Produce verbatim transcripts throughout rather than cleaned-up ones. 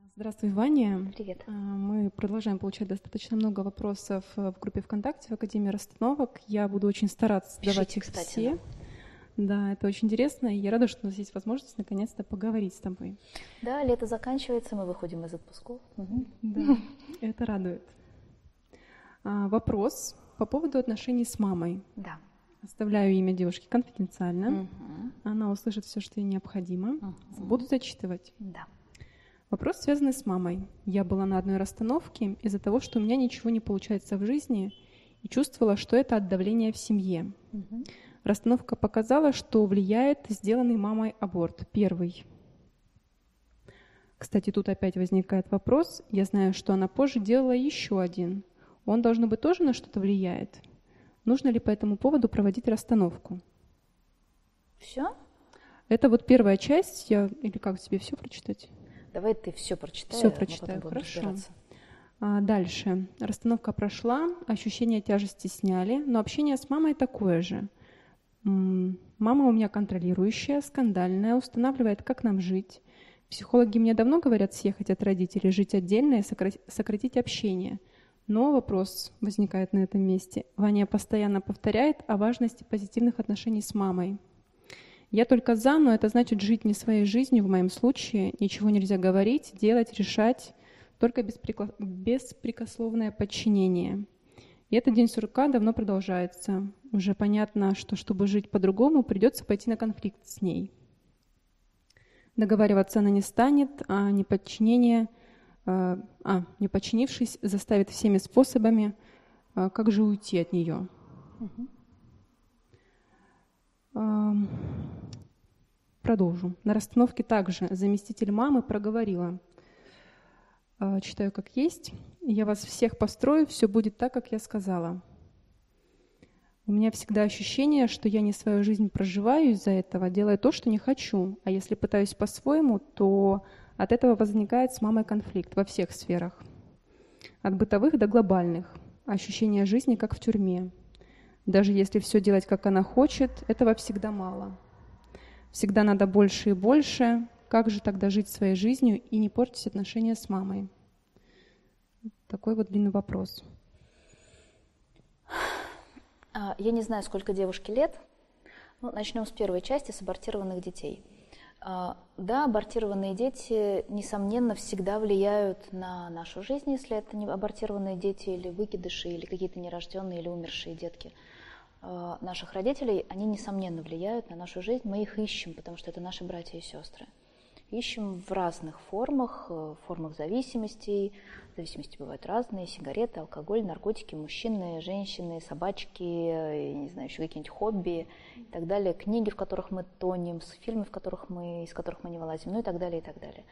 Здравствуй, Ваня. Привет. Мы продолжаем получать достаточно много вопросов в группе ВКонтакте в Академии расстановок. Я буду очень стараться задавать Пишите, их кстати, все. Да, это очень интересно, и я рада, что у нас есть возможность наконец-то поговорить с тобой. Да, лето заканчивается, мы выходим из отпусков. Угу. Да, это радует. А, вопрос по поводу отношений с мамой. Да. Оставляю имя девушки конфиденциально. Угу. Она услышит все, что ей необходимо. Угу. Буду зачитывать. Да. Вопрос, связанный с мамой. Я была на одной расстановке из-за того, что у меня ничего не получается в жизни, и чувствовала, что это от давления в семье. Угу. Расстановка показала, что влияет сделанный мамой аборт. Первый. Кстати, тут опять возникает вопрос. Я знаю, что она позже делала еще один. Он, должно быть, тоже на что-то влияет. Нужно ли по этому поводу проводить расстановку? Все? Это вот первая часть. Я... Или как тебе все прочитать? Давай ты все прочитай. Все прочитаю, хорошо. А дальше. Расстановка прошла, ощущение тяжести сняли, но общение с мамой такое же. Мама у меня контролирующая, скандальная, устанавливает, как нам жить. Психологи мне давно говорят съехать от родителей, жить отдельно и сократить общение. Но вопрос возникает на этом месте. Ваня постоянно повторяет о важности позитивных отношений с мамой. Я только за, но это значит жить не своей жизнью в моем случае. Ничего нельзя говорить, делать, решать, только беспрекло... беспрекословное подчинение. И этот день сурка давно продолжается. Уже понятно, что чтобы жить по-другому, придется пойти на конфликт с ней. Договариваться она не станет, а неподчинение, а, не подчинившись, заставит всеми способами, а, как же уйти от нее. Угу. А, продолжу. На расстановке также заместитель мамы проговорила. А, читаю как есть. Я вас всех построю, все будет так, как я сказала. У меня всегда ощущение, что я не свою жизнь проживаю из-за этого, делаю то, что не хочу. А если пытаюсь по-своему, то от этого возникает с мамой конфликт во всех сферах. От бытовых до глобальных. Ощущение жизни, как в тюрьме. Даже если все делать, как она хочет, этого всегда мало. Всегда надо больше и больше. Как же тогда жить своей жизнью и не портить отношения с мамой? Такой вот длинный вопрос. Я не знаю, сколько девушке лет. Ну, начнем с первой части, с абортированных детей. Да, абортированные дети, несомненно, всегда влияют на нашу жизнь, если это не абортированные дети или выкидыши, или какие-то нерожденные или умершие детки наших родителей. Они, несомненно, влияют на нашу жизнь. Мы их ищем, потому что это наши братья и сестры. Ищем в разных формах, формах зависимостей. Зависимости бывают разные: сигареты, алкоголь, наркотики, мужчины, женщины, собачки, я не знаю, еще какие-нибудь хобби и так далее, книги, в которых мы тонем, фильмы, в которых мы, из которых мы не вылазим, ну и так далее, и так далее.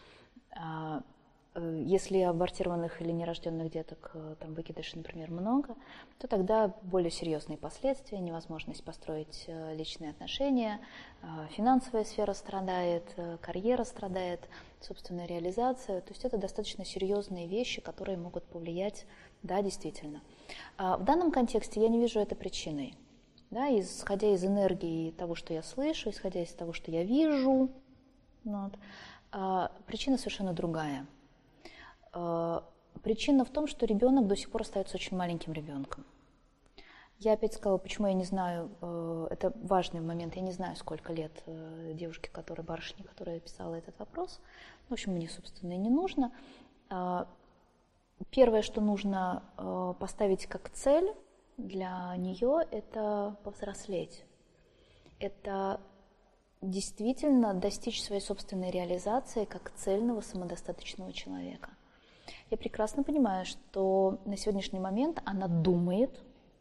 Если абортированных или нерожденных деток, там выкидышей, например, много, то тогда более серьезные последствия, невозможность построить личные отношения, финансовая сфера страдает, карьера страдает, собственная реализация. То есть это достаточно серьезные вещи, которые могут повлиять, да, действительно. В данном контексте я не вижу это причиной. Да, исходя из энергии того, что я слышу, исходя из того, что я вижу, вот, причина совершенно другая. Причина в том, что ребенок до сих пор остается очень маленьким ребенком. Я опять сказала, почему я не знаю, это важный момент, я не знаю, сколько лет девушке, которая, барышне, которая писала этот вопрос. В общем, мне, собственно, и не нужно. Первое, что нужно поставить как цель для нее, это повзрослеть. Это действительно достичь своей собственной реализации как цельного самодостаточного человека. Я прекрасно понимаю, что на сегодняшний момент она думает,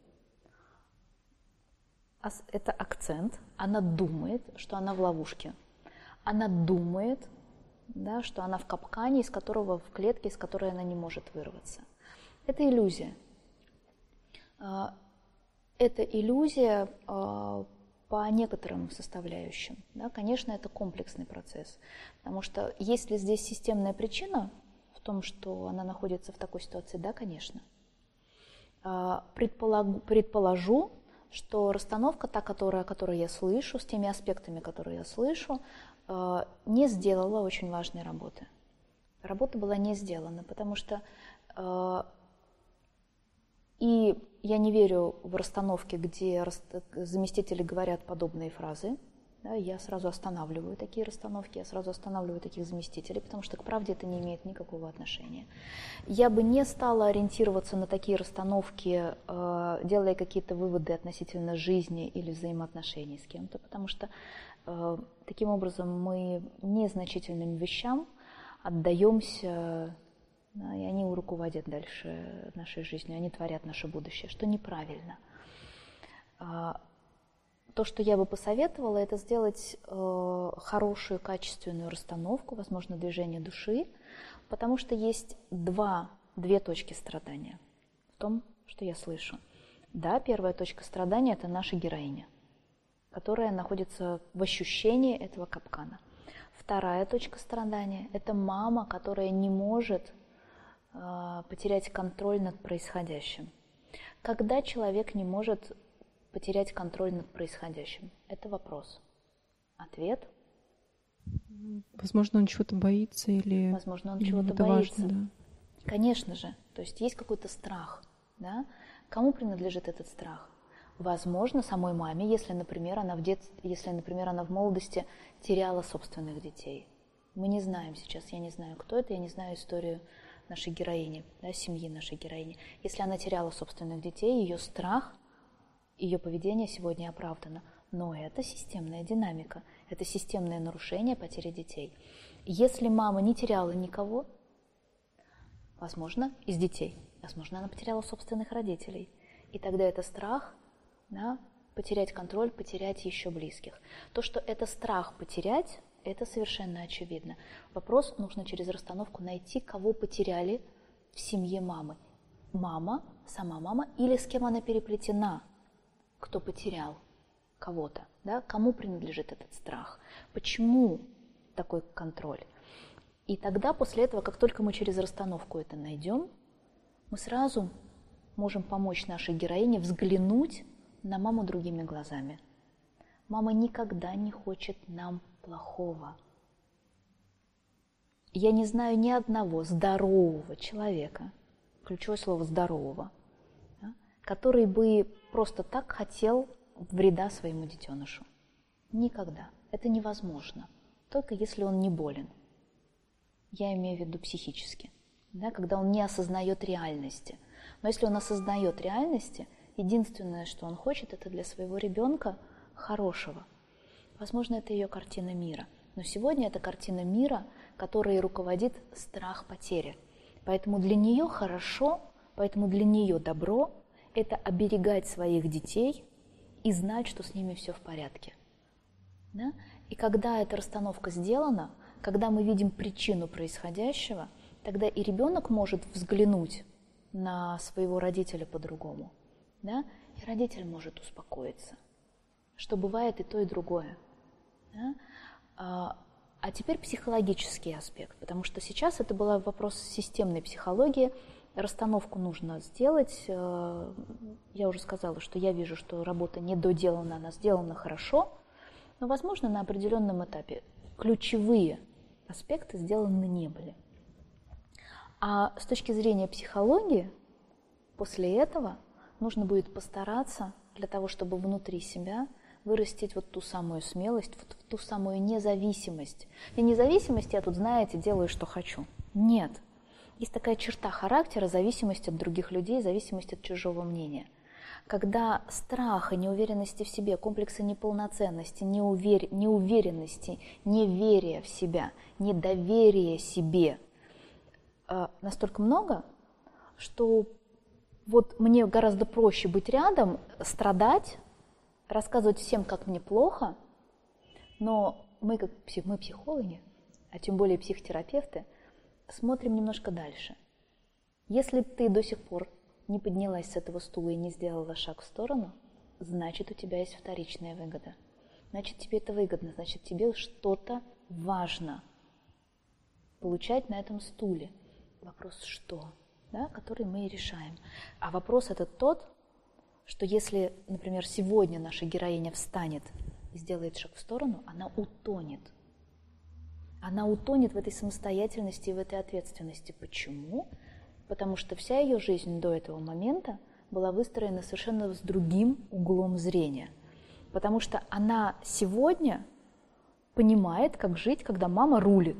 это акцент, она думает, что она в ловушке. Она думает, да, что она в капкане, из которого, в клетке, из которой она не может вырваться. Это иллюзия. Это иллюзия по некоторым составляющим. Да, конечно, это комплексный процесс, потому что если здесь системная причина в том, что она находится в такой ситуации, да, конечно. Предполагу, предположу, что расстановка, та, которая, которую я слышу, с теми аспектами, которые я слышу, не сделала очень важной работы. работа была не сделана, потому что э, и я не верю в расстановки, где заместители говорят подобные фразы. Да, я сразу останавливаю такие расстановки, я сразу останавливаю таких заместителей, потому что к правде это не имеет никакого отношения. Я бы не стала ориентироваться на такие расстановки, э, делая какие-то выводы относительно жизни или взаимоотношений с кем-то, потому что э, таким образом мы незначительным вещам отдаемся, да, и они руководят дальше нашей жизнью, они творят наше будущее, что неправильно. То, что я бы посоветовала, это сделать э, хорошую, качественную расстановку, возможно, движение души, потому что есть два, две точки страдания в том, что я слышу. Да, первая точка страдания – это наша героиня, которая находится в ощущении этого капкана. Вторая точка страдания – это мама, которая не может э, потерять контроль над происходящим. Когда человек не может потерять контроль над происходящим? Это вопрос. Ответ? Возможно, он чего-то боится или... Возможно, он чего-то боится. Важно, да. Конечно же. То есть есть какой-то страх. Да? Кому принадлежит этот страх? Возможно, самой маме, если, например, она в детстве, если, например, она в молодости теряла собственных детей. Мы не знаем сейчас, я не знаю, кто это, я не знаю историю нашей героини, да, семьи нашей героини. Если она теряла собственных детей, ее страх, ее поведение сегодня оправдано. Но это системная динамика, это системное нарушение потери детей. Если мама не теряла никого, возможно, из детей, возможно, она потеряла собственных родителей. И тогда это страх, да, потерять контроль, потерять еще близких. То, что это страх потерять, это совершенно очевидно. Вопрос нужно через расстановку найти, кого потеряли в семье мамы. Мама, сама мама или с кем она переплетена, кто потерял кого-то, да? Кому принадлежит этот страх, почему такой контроль. И тогда после этого, как только мы через расстановку это найдем, мы сразу можем помочь нашей героине взглянуть на маму другими глазами. Мама никогда не хочет нам плохого. Я не знаю ни одного здорового человека, ключевое слово «здорового», да, который бы просто так хотел вреда своему детенышу. Никогда. Это невозможно. Только если он не болен. Я имею в виду психически. Да, когда он не осознает реальности. Но если он осознает реальности, единственное, что он хочет, это для своего ребенка хорошего. Возможно, это ее картина мира. Но сегодня это картина мира, которой руководит страх потери. Поэтому для нее хорошо, поэтому для нее добро – это оберегать своих детей и знать, что с ними все в порядке. Да? И когда эта расстановка сделана, когда мы видим причину происходящего, тогда и ребенок может взглянуть на своего родителя по-другому. Да? И родитель может успокоиться, что бывает и то, и другое. Да? А, а теперь психологический аспект, потому что сейчас это был вопрос системной психологии. Расстановку нужно сделать. Я уже сказала, что я вижу, что работа не доделана, она сделана хорошо, но, возможно, на определенном этапе ключевые аспекты сделаны не были. А с точки зрения психологии, после этого нужно будет постараться для того, чтобы внутри себя вырастить вот ту самую смелость, вот ту самую независимость. И независимость я тут, знаете, делаю, что хочу. Нет. Есть такая черта характера, зависимость от других людей, зависимость от чужого мнения. Когда страх и неуверенности в себе, комплексы неполноценности, неувер... неуверенности, неверия в себя, недоверия себе э, настолько много, что вот мне гораздо проще быть рядом, страдать, рассказывать всем, как мне плохо, но мы, как псих... мы психологи, а тем более психотерапевты, смотрим немножко дальше. Если ты до сих пор не поднялась с этого стула и не сделала шаг в сторону, значит, у тебя есть вторичная выгода. Значит, тебе это выгодно, значит, тебе что-то важно получать на этом стуле. Вопрос «что?», да, который мы и решаем. А вопрос этот тот, что если, например, сегодня наша героиня встанет и сделает шаг в сторону, она утонет. Она утонет в этой самостоятельности и в этой ответственности. Почему? Потому что вся ее жизнь до этого момента была выстроена совершенно с другим углом зрения. Потому что она сегодня понимает, как жить, когда мама рулит.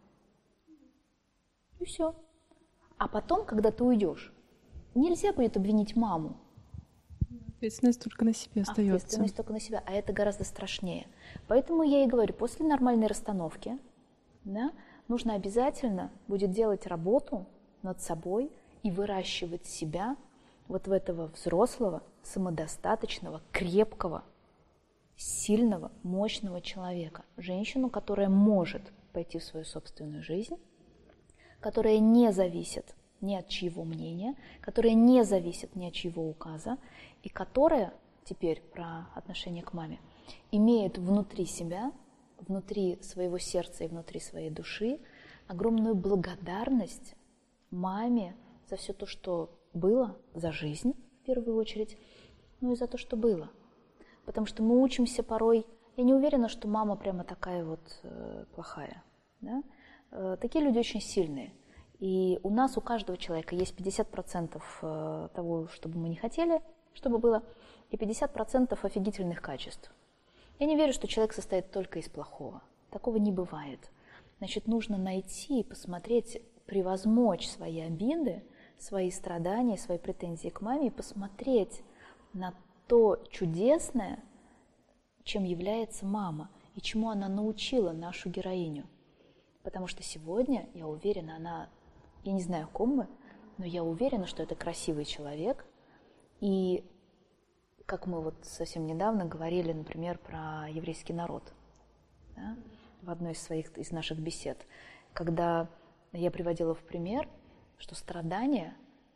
И все. А потом, когда ты уйдешь, нельзя будет обвинить маму. Ответственность только на себе остается. Ответственность только на себя, а это гораздо страшнее. Поэтому я и говорю, после нормальной расстановки, да, нужно обязательно будет делать работу над собой и выращивать себя вот в этого взрослого, самодостаточного, крепкого, сильного, мощного человека. Женщину, которая может пойти в свою собственную жизнь, которая не зависит ни от чьего мнения, которая не зависит ни от чьего указа, и которая, теперь про отношение к маме, имеет внутри себя, внутри своего сердца и внутри своей души огромную благодарность маме за все то, что было, за жизнь в первую очередь, ну и за то, что было. Потому что мы учимся порой, я не уверена, что мама прямо такая вот э, плохая. Да? Э, такие люди очень сильные. И у нас, у каждого человека есть пятьдесят процентов того, что бы мы не хотели, чтобы было, и пятьдесят процентов офигительных качеств. Я не верю, что человек состоит только из плохого. Такого не бывает. Значит, нужно найти и посмотреть, превозмочь свои обиды, свои страдания, свои претензии к маме и посмотреть на то чудесное, чем является мама и чему она научила нашу героиню. Потому что сегодня, я уверена, она... Я не знаю, о ком мы, но я уверена, что это красивый человек. И как мы вот совсем недавно говорили, например, про еврейский народ, да, в одной из своих из наших бесед, когда я приводила в пример, что страдания,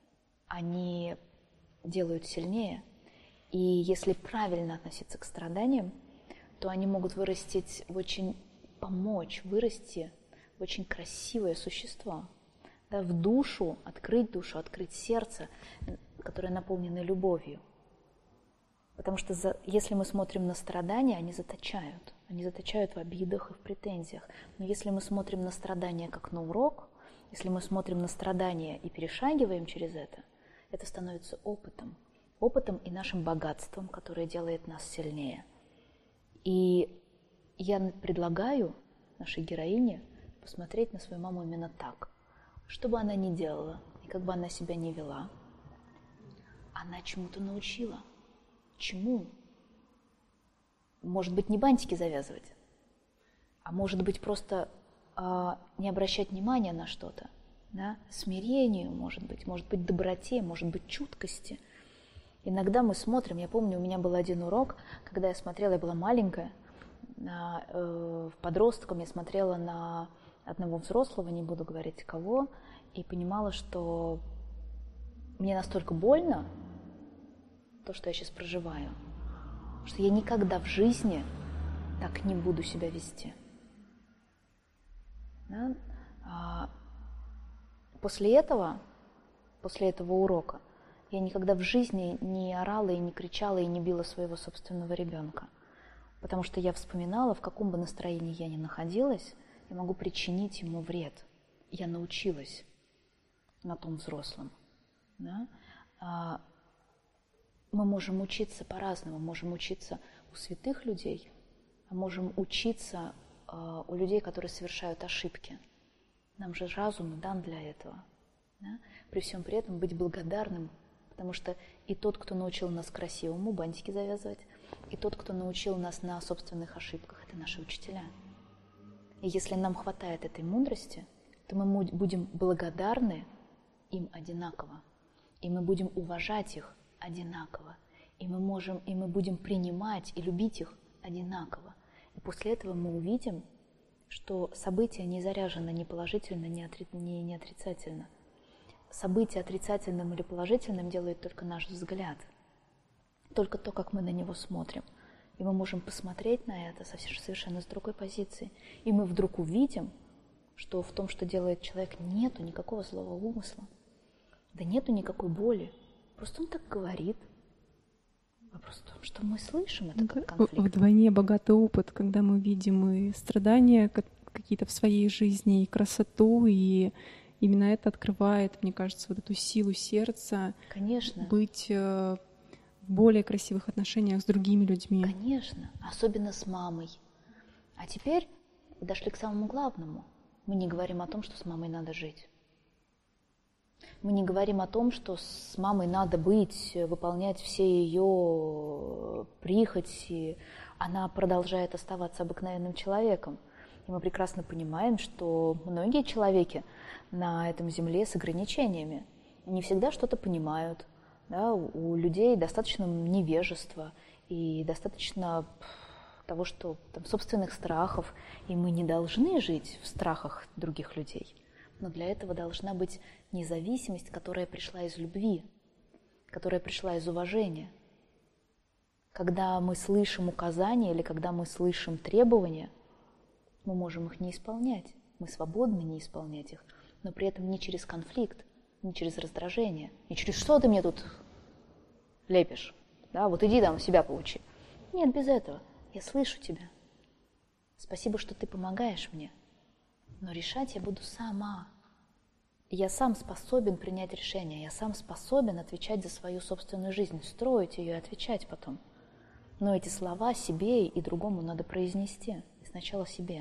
они делают сильнее. И если правильно относиться к страданиям, то они могут вырастить в очень, помочь вырасти в очень красивое существо. Да, в душу, открыть душу, открыть сердце, которое наполнено любовью. Потому что за, если мы смотрим на страдания, они заточают. Они заточают в обидах и в претензиях. Но если мы смотрим на страдания как на урок, если мы смотрим на страдания и перешагиваем через это, это становится опытом. Опытом и нашим богатством, которое делает нас сильнее. И я предлагаю нашей героине посмотреть на свою маму именно так. Что бы она ни делала, и как бы она себя ни вела, она чему-то научила. Чему? Может быть, не бантики завязывать, а может быть, просто э, не обращать внимания на что-то, да? Смирению, может быть, может быть, доброте, может быть, чуткости. Иногда мы смотрим, я помню, у меня был один урок, когда я смотрела, я была маленькая, на, э, подростком я смотрела на одного взрослого, не буду говорить кого, и понимала, что мне настолько больно то, что я сейчас проживаю, что я никогда в жизни так не буду себя вести. Да? А после этого, после этого урока, я никогда в жизни не орала и не кричала и не била своего собственного ребенка, потому что я вспоминала, в каком бы настроении я ни находилась, я могу причинить ему вред. Я научилась на том взрослом. Да? А мы можем учиться по-разному. Можем учиться у святых людей, а можем учиться а, у людей, которые совершают ошибки. Нам же разум дан для этого. Да? При всем при этом быть благодарным, потому что и тот, кто научил нас красивому бантики завязывать, и тот, кто научил нас на собственных ошибках, это наши учителя. И если нам хватает этой мудрости, то мы будем благодарны им одинаково, и мы будем уважать их одинаково, и мы можем, и мы будем принимать и любить их одинаково. И после этого мы увидим, что события не заряжены ни положительно, ни, отри... ни, ни отрицательно. События отрицательным или положительным делает только наш взгляд, только то, как мы на него смотрим. И мы можем посмотреть на это совершенно с другой позиции. И мы вдруг увидим, что в том, что делает человек, нету никакого злого умысла. Да нету никакой боли. Просто он так говорит. Вопрос в том, что мы слышим этот конфликт. Вдвойне богатый опыт, когда мы видим и страдания, какие-то в своей жизни и красоту, и именно это открывает, мне кажется, вот эту силу сердца. Конечно. Быть в более красивых отношениях с другими людьми. Конечно, особенно с мамой. А теперь подошли к самому главному. Мы не говорим о том, что с мамой надо жить. Мы не говорим о том, что с мамой надо быть, выполнять все ее прихоти. Она продолжает оставаться обыкновенным человеком. И мы прекрасно понимаем, что многие человеки на этом земле с ограничениями не всегда что-то понимают. Да? У людей достаточно невежества и достаточно того, что там, собственных страхов, и мы не должны жить в страхах других людей. Но для этого должна быть независимость, которая пришла из любви, которая пришла из уважения. Когда мы слышим указания или когда мы слышим требования, мы можем их не исполнять, мы свободны не исполнять их, но при этом не через конфликт, не через раздражение, не через «что ты мне тут лепишь?» Да, вот иди там себя поучи. Нет, без этого. Я слышу тебя. Спасибо, что ты помогаешь мне. Но решать я буду сама. Я сам способен принять решение. Я сам способен отвечать за свою собственную жизнь, строить ее и отвечать потом. Но эти слова себе и другому надо произнести. И сначала себе.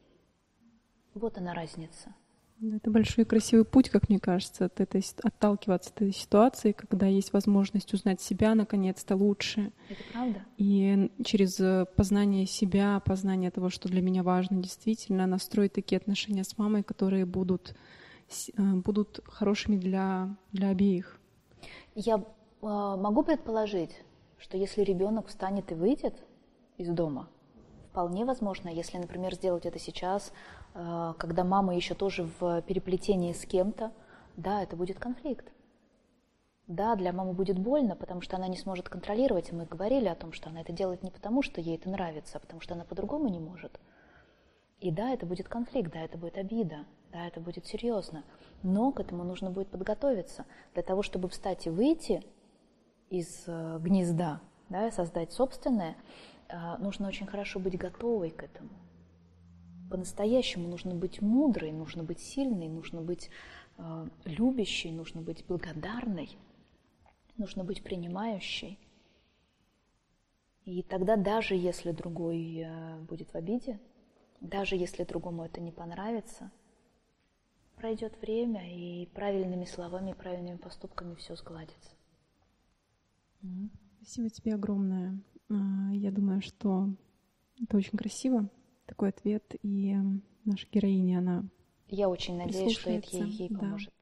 Вот она разница. Это большой и красивый путь, как мне кажется, от этой, отталкиваться от этой ситуации, когда есть возможность узнать себя наконец-то лучше. Это правда. И через познание себя, познание того, что для меня важно, действительно настроить такие отношения с мамой, которые будут, будут хорошими для, для обеих. Я э, могу предположить, что если ребенок встанет и выйдет из дома, вполне возможно, если, например, сделать это сейчас, когда мама еще тоже в переплетении с кем-то, да, это будет конфликт. Да, для мамы будет больно, потому что она не сможет контролировать, и мы говорили о том, что она это делает не потому, что ей это нравится, а потому что она по-другому не может. И да, это будет конфликт, да, это будет обида, да, это будет серьезно. Но к этому нужно будет подготовиться. Для того, чтобы встать и выйти из гнезда, да, создать собственное, нужно очень хорошо быть готовой к этому. По-настоящему нужно быть мудрой, нужно быть сильной, нужно быть э, любящей, нужно быть благодарной, нужно быть принимающей. И тогда даже если другой э, будет в обиде, даже если другому это не понравится, пройдет время, и правильными словами, правильными поступками все сгладится. Спасибо тебе огромное. Я думаю, что это очень красиво. Такой ответ, и наша героиня, она Я очень надеюсь, что это ей, ей поможет.